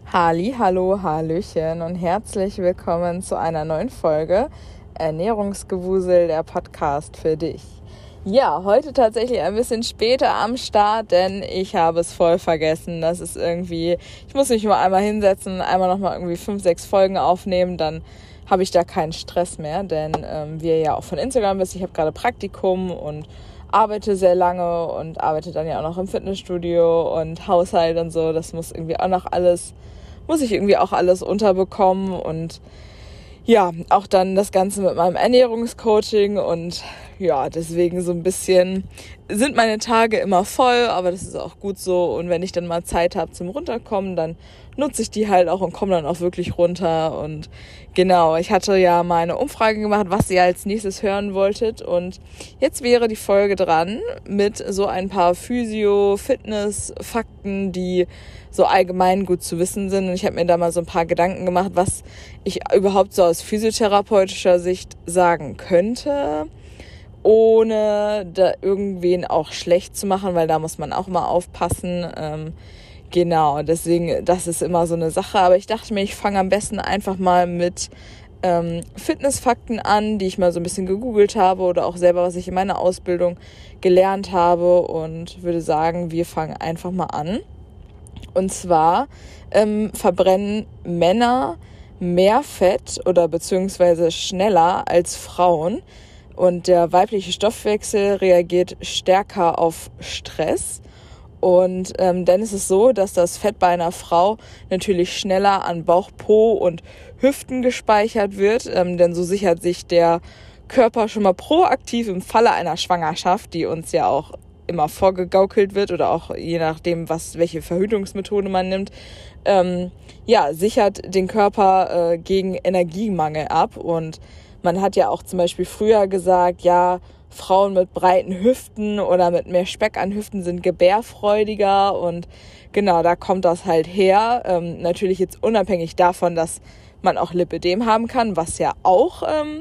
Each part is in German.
Hallo, Hallöchen und herzlich willkommen zu einer neuen Folge Ernährungsgewusel, der Podcast für dich. Ja, heute tatsächlich ein bisschen später am Start, denn ich habe es voll vergessen. Das ist irgendwie, ich muss mich nur einmal hinsetzen, einmal nochmal irgendwie 5-6 Folgen aufnehmen, dann habe ich da keinen Stress mehr, denn wie ihr ja auch von Instagram wisst, ich habe gerade Praktikum und arbeite sehr lange und arbeite dann ja auch noch im Fitnessstudio und Haushalt und so. Das muss ich irgendwie auch alles unterbekommen und ja, auch dann das Ganze mit meinem Ernährungscoaching und ja, deswegen so ein bisschen sind meine Tage immer voll, aber das ist auch gut so und wenn ich dann mal Zeit habe zum Runterkommen, dann nutze ich die halt auch und komme dann auch wirklich runter und genau, ich hatte ja mal eine Umfrage gemacht, was ihr als nächstes hören wolltet und jetzt wäre die Folge dran mit so ein paar Physio-Fitness-Fakten, die so allgemein gut zu wissen sind und ich habe mir da mal so ein paar Gedanken gemacht, was ich überhaupt so aus physiotherapeutischer Sicht sagen könnte, ohne da irgendwen auch schlecht zu machen, weil da muss man auch mal aufpassen. Genau, deswegen, das ist immer so eine Sache. Aber ich dachte mir, ich fange am besten einfach mal mit Fitnessfakten an, die ich mal so ein bisschen gegoogelt habe oder auch selber, was ich in meiner Ausbildung gelernt habe und würde sagen, wir fangen einfach mal an. Und zwar verbrennen Männer mehr Fett oder beziehungsweise schneller als Frauen und der weibliche Stoffwechsel reagiert stärker auf Stress. Und dann ist es so, dass das Fett bei einer Frau natürlich schneller an Bauch, Po und Hüften gespeichert wird, denn so sichert sich der Körper schon mal proaktiv im Falle einer Schwangerschaft, die uns ja auch immer vorgegaukelt wird oder auch je nachdem, welche Verhütungsmethode man nimmt, sichert den Körper gegen Energiemangel ab. Und man hat ja auch zum Beispiel früher gesagt, ja, Frauen mit breiten Hüften oder mit mehr Speck an Hüften sind gebärfreudiger und genau, da kommt das halt her. Natürlich jetzt unabhängig davon, dass man auch Lipödem haben kann, was ja auch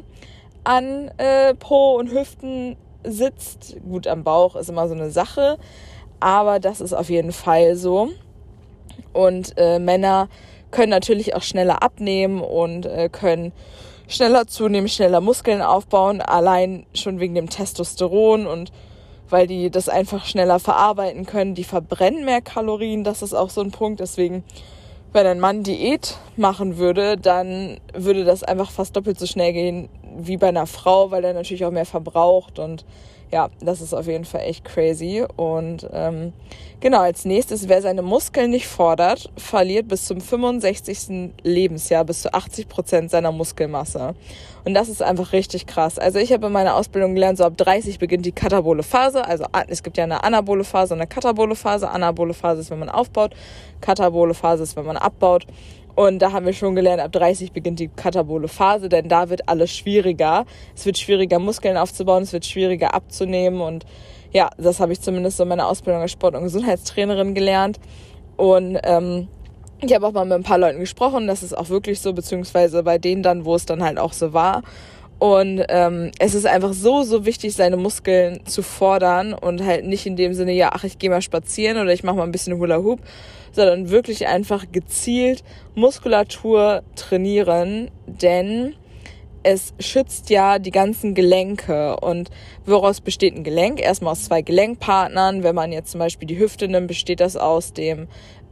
an Po und Hüften sitzt. Gut, am Bauch ist immer so eine Sache, aber das ist auf jeden Fall so. Und Männer können natürlich auch schneller abnehmen und können schneller zunehmen, schneller Muskeln aufbauen, allein schon wegen dem Testosteron und weil die das einfach schneller verarbeiten können. Die verbrennen mehr Kalorien, das ist auch so ein Punkt. Deswegen, wenn ein Mann Diät machen würde, dann würde das einfach fast doppelt so schnell gehen wie bei einer Frau, weil er natürlich auch mehr verbraucht und ja, das ist auf jeden Fall echt crazy. Und genau, als nächstes, wer seine Muskeln nicht fordert, verliert bis zum 65. Lebensjahr bis zu 80% seiner Muskelmasse. Und das ist einfach richtig krass. Also ich habe in meiner Ausbildung gelernt, so ab 30 beginnt die katabole Phase. Also es gibt ja eine anabole Phase und eine katabole Phase. Anabole Phase ist, wenn man aufbaut. Katabole Phase ist, wenn man abbaut. Und da haben wir schon gelernt, ab 30 beginnt die katabole Phase, denn da wird alles schwieriger. Es wird schwieriger, Muskeln aufzubauen, es wird schwieriger abzunehmen. Und ja, das habe ich zumindest so in meiner Ausbildung als Sport- und Gesundheitstrainerin gelernt. Und ich habe auch mal mit ein paar Leuten gesprochen, das ist auch wirklich so, beziehungsweise bei denen dann, wo es dann halt auch so war. Und es ist einfach so wichtig, seine Muskeln zu fordern und halt nicht in dem Sinne, ja, ich gehe mal spazieren oder ich mache mal ein bisschen Hula Hoop, sondern wirklich einfach gezielt Muskulatur trainieren, denn es schützt ja die ganzen Gelenke. Und woraus besteht ein Gelenk? Erstmal aus 2 Gelenkpartnern. Wenn man jetzt zum Beispiel die Hüfte nimmt, besteht das aus dem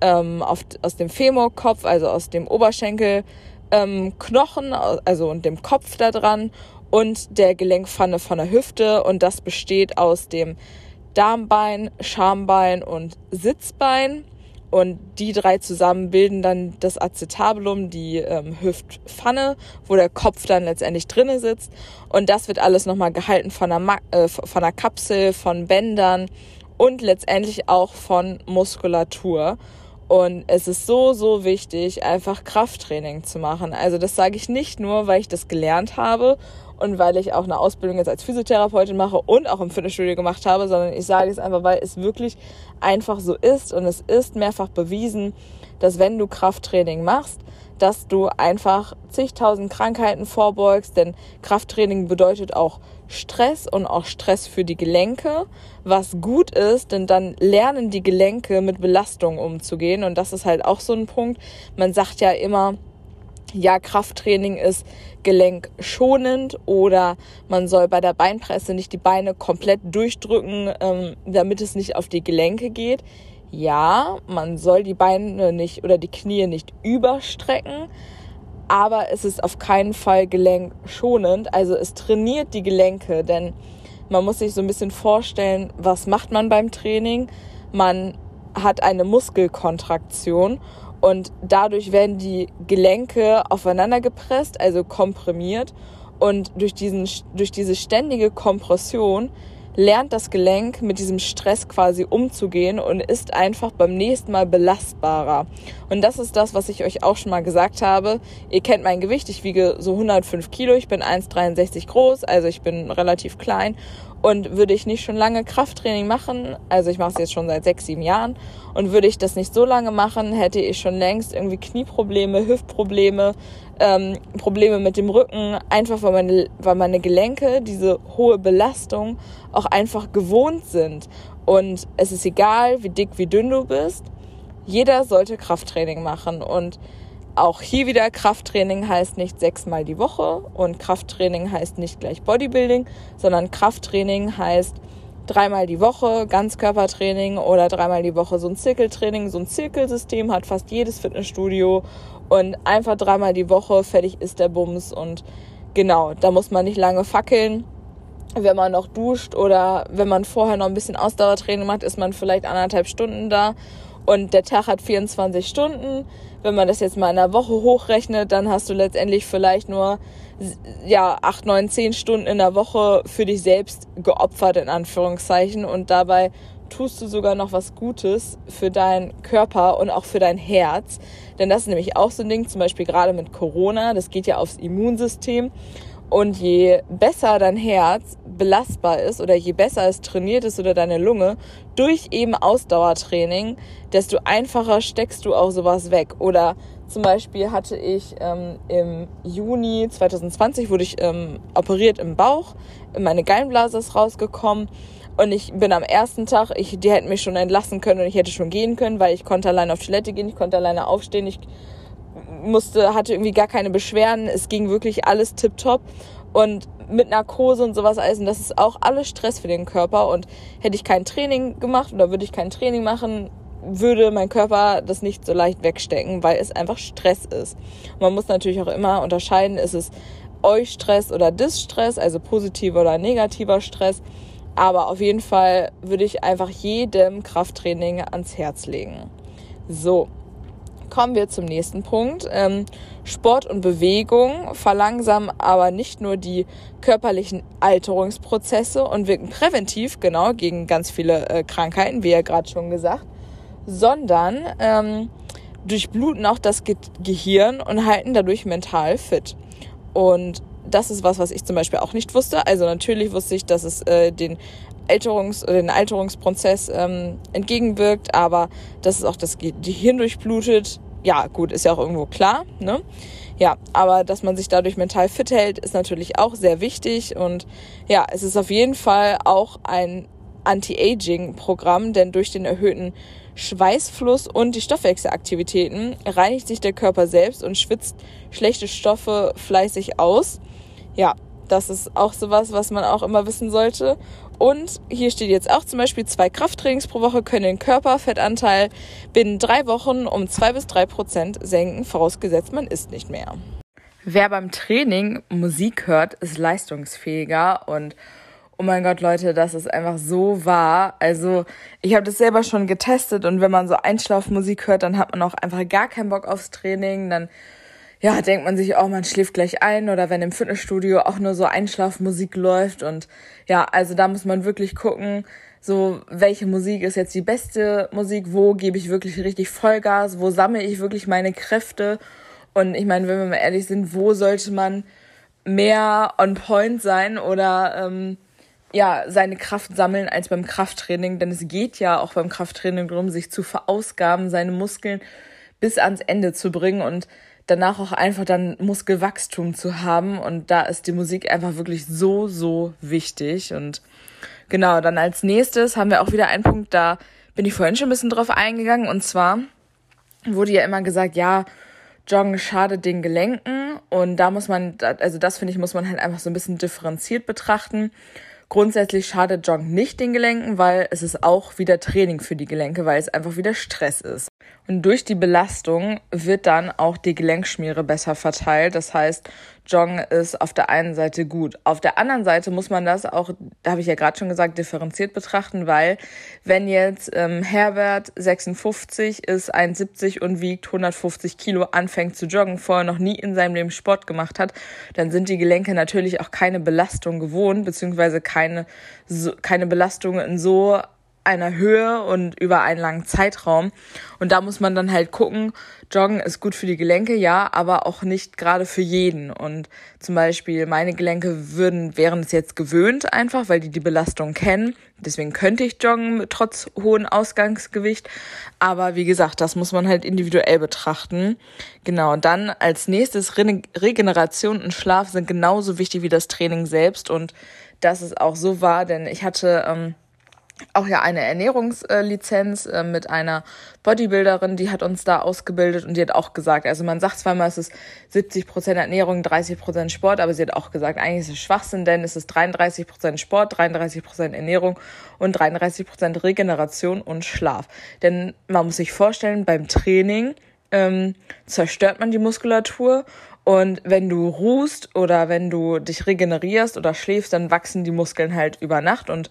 Femurkopf, also aus dem Oberschenkel, Knochen, also und dem Kopf da dran und der Gelenkpfanne von der Hüfte und das besteht aus dem Darmbein, Schambein und Sitzbein und die 3 zusammen bilden dann das Acetabulum, die Hüftpfanne, wo der Kopf dann letztendlich drinne sitzt und das wird alles nochmal gehalten von einer Kapsel, von Bändern und letztendlich auch von Muskulatur. Und es ist so wichtig, einfach Krafttraining zu machen. Also das sage ich nicht nur, weil ich das gelernt habe und weil ich auch eine Ausbildung jetzt als Physiotherapeutin mache und auch im Fitnessstudio gemacht habe, sondern ich sage es einfach, weil es wirklich einfach so ist und es ist mehrfach bewiesen, dass wenn du Krafttraining machst, dass du einfach zigtausend Krankheiten vorbeugst, denn Krafttraining bedeutet auch Stress und auch Stress für die Gelenke, was gut ist, denn dann lernen die Gelenke mit Belastung umzugehen und das ist halt auch so ein Punkt. Man sagt ja immer, ja, Krafttraining ist gelenkschonend oder man soll bei der Beinpresse nicht die Beine komplett durchdrücken, damit es nicht auf die Gelenke geht. Ja, man soll die Beine nicht oder die Knie nicht überstrecken, aber es ist auf keinen Fall gelenkschonend. Also es trainiert die Gelenke, denn man muss sich so ein bisschen vorstellen, was macht man beim Training? Man hat eine Muskelkontraktion und dadurch werden die Gelenke aufeinander gepresst, also komprimiert. Und durch diese ständige Kompression lernt das Gelenk mit diesem Stress quasi umzugehen und ist einfach beim nächsten Mal belastbarer. Und das ist das, was ich euch auch schon mal gesagt habe. Ihr kennt mein Gewicht, ich wiege so 105 Kilo, ich bin 1,63 groß, also ich bin relativ klein. Und würde ich nicht schon lange Krafttraining machen, also ich mache es jetzt schon seit 6, 7 Jahren, und würde ich das nicht so lange machen, hätte ich schon längst irgendwie Knieprobleme, Hüftprobleme, Probleme mit dem Rücken, einfach weil meine Gelenke diese hohe Belastung auch einfach gewohnt sind. Und es ist egal, wie dick, wie dünn du bist, jeder sollte Krafttraining machen. Und auch hier wieder, Krafttraining heißt nicht 6-mal die Woche und Krafttraining heißt nicht gleich Bodybuilding, sondern Krafttraining heißt 3-mal die Woche Ganzkörpertraining oder 3-mal die Woche so ein Zirkeltraining. So ein Zirkelsystem hat fast jedes Fitnessstudio und einfach 3-mal die Woche, fertig ist der Bums. Und genau, da muss man nicht lange fackeln. Wenn man noch duscht oder wenn man vorher noch ein bisschen Ausdauertraining macht, ist man vielleicht 1,5 Stunden da und der Tag hat 24 Stunden. Wenn man das jetzt mal in der Woche hochrechnet, dann hast du letztendlich vielleicht nur 8, 9, 10 Stunden in der Woche für dich selbst geopfert, in Anführungszeichen. Und dabei tust du sogar noch was Gutes für deinen Körper und auch für dein Herz. Denn das ist nämlich auch so ein Ding, zum Beispiel gerade mit Corona, das geht ja aufs Immunsystem. Und je besser dein Herz belastbar ist oder je besser es trainiert ist oder deine Lunge durch eben Ausdauertraining, desto einfacher steckst du auch sowas weg. Oder zum Beispiel hatte ich im Juni 2020 wurde ich operiert im Bauch, meine Gallenblase ist rausgekommen und ich bin am ersten Tag, die hätten mich schon entlassen können und ich hätte schon gehen können, weil ich konnte alleine auf Toilette gehen, ich konnte alleine aufstehen, ich hatte irgendwie gar keine Beschwerden, es ging wirklich alles tipptopp und mit Narkose und sowas alles und das ist auch alles Stress für den Körper und hätte ich kein Training gemacht oder würde ich kein Training machen, würde mein Körper das nicht so leicht wegstecken, weil es einfach Stress ist. Und man muss natürlich auch immer unterscheiden, ist es Eustress oder Distress, also positiver oder negativer Stress, aber auf jeden Fall würde ich einfach jedem Krafttraining ans Herz legen. So. Kommen wir zum nächsten Punkt. Sport und Bewegung verlangsamen aber nicht nur die körperlichen Alterungsprozesse und wirken präventiv, genau, gegen ganz viele Krankheiten, wie ja gerade schon gesagt, sondern durchbluten auch das Gehirn und halten dadurch mental fit. Und das ist was ich zum Beispiel auch nicht wusste. Also natürlich wusste ich, dass es den Alterungsprozess entgegenwirkt, aber dass es auch das Gehirn durchblutet, ja gut, ist ja auch irgendwo klar, ne? Ja, aber dass man sich dadurch mental fit hält, ist natürlich auch sehr wichtig und ja, es ist auf jeden Fall auch ein Anti-Aging-Programm, denn durch den erhöhten Schweißfluss und die Stoffwechselaktivitäten reinigt sich der Körper selbst und schwitzt schlechte Stoffe fleißig aus. Ja, das ist auch sowas, was man auch immer wissen sollte. Und hier steht jetzt auch zum Beispiel, 2 Krafttrainings pro Woche können den Körperfettanteil binnen 3 Wochen um 2-3% senken, vorausgesetzt man isst nicht mehr. Wer beim Training Musik hört, ist leistungsfähiger und oh mein Gott, Leute, das ist einfach so wahr. Also ich habe das selber schon getestet und wenn man so Einschlafmusik hört, dann hat man auch einfach gar keinen Bock aufs Training. Dann denkt man sich, man schläft gleich ein oder wenn im Fitnessstudio auch nur so Einschlafmusik läuft und ja, also da muss man wirklich gucken, so welche Musik ist jetzt die beste Musik, wo gebe ich wirklich richtig Vollgas, wo sammle ich wirklich meine Kräfte und ich meine, wenn wir mal ehrlich sind, wo sollte man mehr on point sein oder seine Kraft sammeln als beim Krafttraining, denn es geht ja auch beim Krafttraining darum, sich zu verausgaben, seine Muskeln bis ans Ende zu bringen und danach auch einfach dann Muskelwachstum zu haben. Und da ist die Musik einfach wirklich so, so wichtig. Und genau, dann als nächstes haben wir auch wieder einen Punkt, da bin ich vorhin schon ein bisschen drauf eingegangen. Und zwar wurde ja immer gesagt, ja, Joggen schadet den Gelenken. Und da muss man, also das finde ich, muss man halt einfach so ein bisschen differenziert betrachten. Grundsätzlich schadet Joggen nicht den Gelenken, weil es ist auch wieder Training für die Gelenke, weil es einfach wieder Stress ist. Und durch die Belastung wird dann auch die Gelenkschmiere besser verteilt. Das heißt, Joggen ist auf der einen Seite gut. Auf der anderen Seite muss man das auch, da habe ich ja gerade schon gesagt, differenziert betrachten, weil wenn jetzt Herbert 56 ist, 1,70 und wiegt 150 Kilo, anfängt zu joggen, vorher noch nie in seinem Leben Sport gemacht hat, dann sind die Gelenke natürlich auch keine Belastung gewohnt, beziehungsweise keine Belastung in so einer Höhe und über einen langen Zeitraum. Und da muss man dann halt gucken, Joggen ist gut für die Gelenke, ja, aber auch nicht gerade für jeden. Und zum Beispiel meine Gelenke wären es jetzt gewöhnt einfach, weil die Belastung kennen. Deswegen könnte ich joggen trotz hohem Ausgangsgewicht. Aber wie gesagt, das muss man halt individuell betrachten. Genau, und dann als nächstes Regeneration und Schlaf sind genauso wichtig wie das Training selbst. Und das ist auch so wahr, denn ich hatte auch ja eine Ernährungslizenz mit einer Bodybuilderin, die hat uns da ausgebildet und die hat auch gesagt, also man sagt zweimal, es ist 70% Ernährung, 30% Sport, aber sie hat auch gesagt, eigentlich ist es Schwachsinn, denn es ist 33% Sport, 33% Ernährung und 33% Regeneration und Schlaf. Denn man muss sich vorstellen, beim Training zerstört man die Muskulatur. Und wenn du ruhst oder wenn du dich regenerierst oder schläfst, dann wachsen die Muskeln halt über Nacht und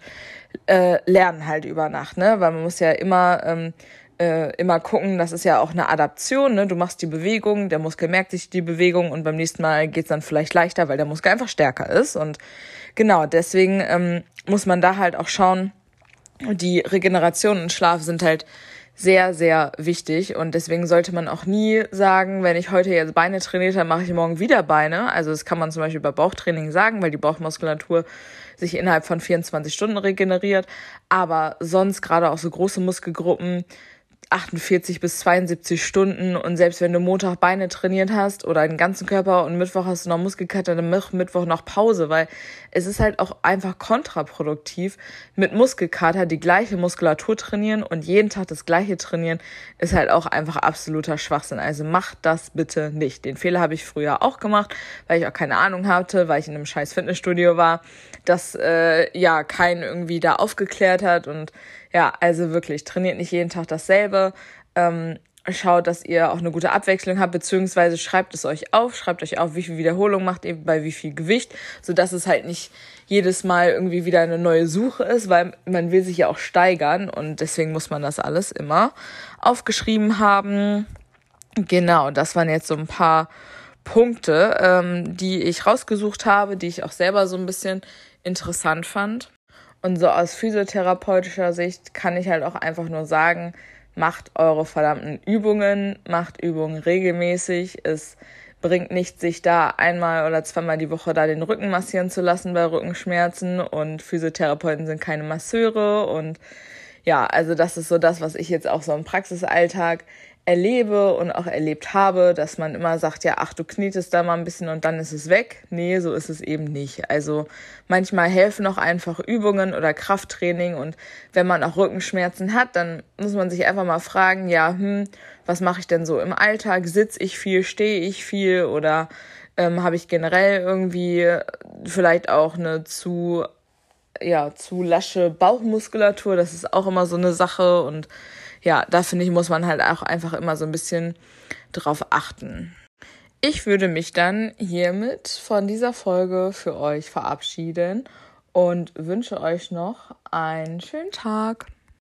lernen halt über Nacht, ne? Weil man muss ja immer gucken, das ist ja auch eine Adaption, ne? Du machst die Bewegung, der Muskel merkt sich die Bewegung und beim nächsten Mal geht's dann vielleicht leichter, weil der Muskel einfach stärker ist. Und genau, deswegen muss man da halt auch schauen, die Regeneration und Schlaf sind halt sehr, sehr wichtig und deswegen sollte man auch nie sagen, wenn ich heute jetzt Beine trainiert habe, mache ich morgen wieder Beine. Also das kann man zum Beispiel bei Bauchtraining sagen, weil die Bauchmuskulatur sich innerhalb von 24 Stunden regeneriert. Aber sonst gerade auch so große Muskelgruppen 48 bis 72 Stunden und selbst wenn du Montag Beine trainiert hast oder den ganzen Körper und Mittwoch hast du noch Muskelkater, dann mach Mittwoch noch Pause, weil es ist halt auch einfach kontraproduktiv, mit Muskelkater die gleiche Muskulatur trainieren und jeden Tag das gleiche trainieren, ist halt auch einfach absoluter Schwachsinn. Also macht das bitte nicht. Den Fehler habe ich früher auch gemacht, weil ich auch keine Ahnung hatte, weil ich in einem scheiß Fitnessstudio war, das keinen irgendwie da aufgeklärt hat und ja, also wirklich, trainiert nicht jeden Tag dasselbe. Schaut, dass ihr auch eine gute Abwechslung habt, beziehungsweise schreibt euch auf, wie viel Wiederholung macht ihr bei wie viel Gewicht, sodass es halt nicht jedes Mal irgendwie wieder eine neue Suche ist, weil man will sich ja auch steigern und deswegen muss man das alles immer aufgeschrieben haben. Genau, das waren jetzt so ein paar Punkte, die ich rausgesucht habe, die ich auch selber so ein bisschen interessant fand. Und so aus physiotherapeutischer Sicht kann ich halt auch einfach nur sagen, macht eure verdammten Übungen, macht Übungen regelmäßig. Es bringt nichts, sich da einmal oder zweimal die Woche da den Rücken massieren zu lassen bei Rückenschmerzen und Physiotherapeuten sind keine Masseure und ja, also das ist so das, was ich jetzt auch so im Praxisalltag erlebe und auch erlebt habe, dass man immer sagt, ja, ach, du knietest da mal ein bisschen und dann ist es weg. Nee, so ist es eben nicht. Also manchmal helfen auch einfach Übungen oder Krafttraining und wenn man auch Rückenschmerzen hat, dann muss man sich einfach mal fragen, ja, was mache ich denn so im Alltag? Sitze ich viel, stehe ich viel oder habe ich generell irgendwie vielleicht auch eine zu lasche Bauchmuskulatur? Das ist auch immer so eine Sache und ja, da finde ich, muss man halt auch einfach immer so ein bisschen drauf achten. Ich würde mich dann hiermit von dieser Folge für euch verabschieden und wünsche euch noch einen schönen Tag.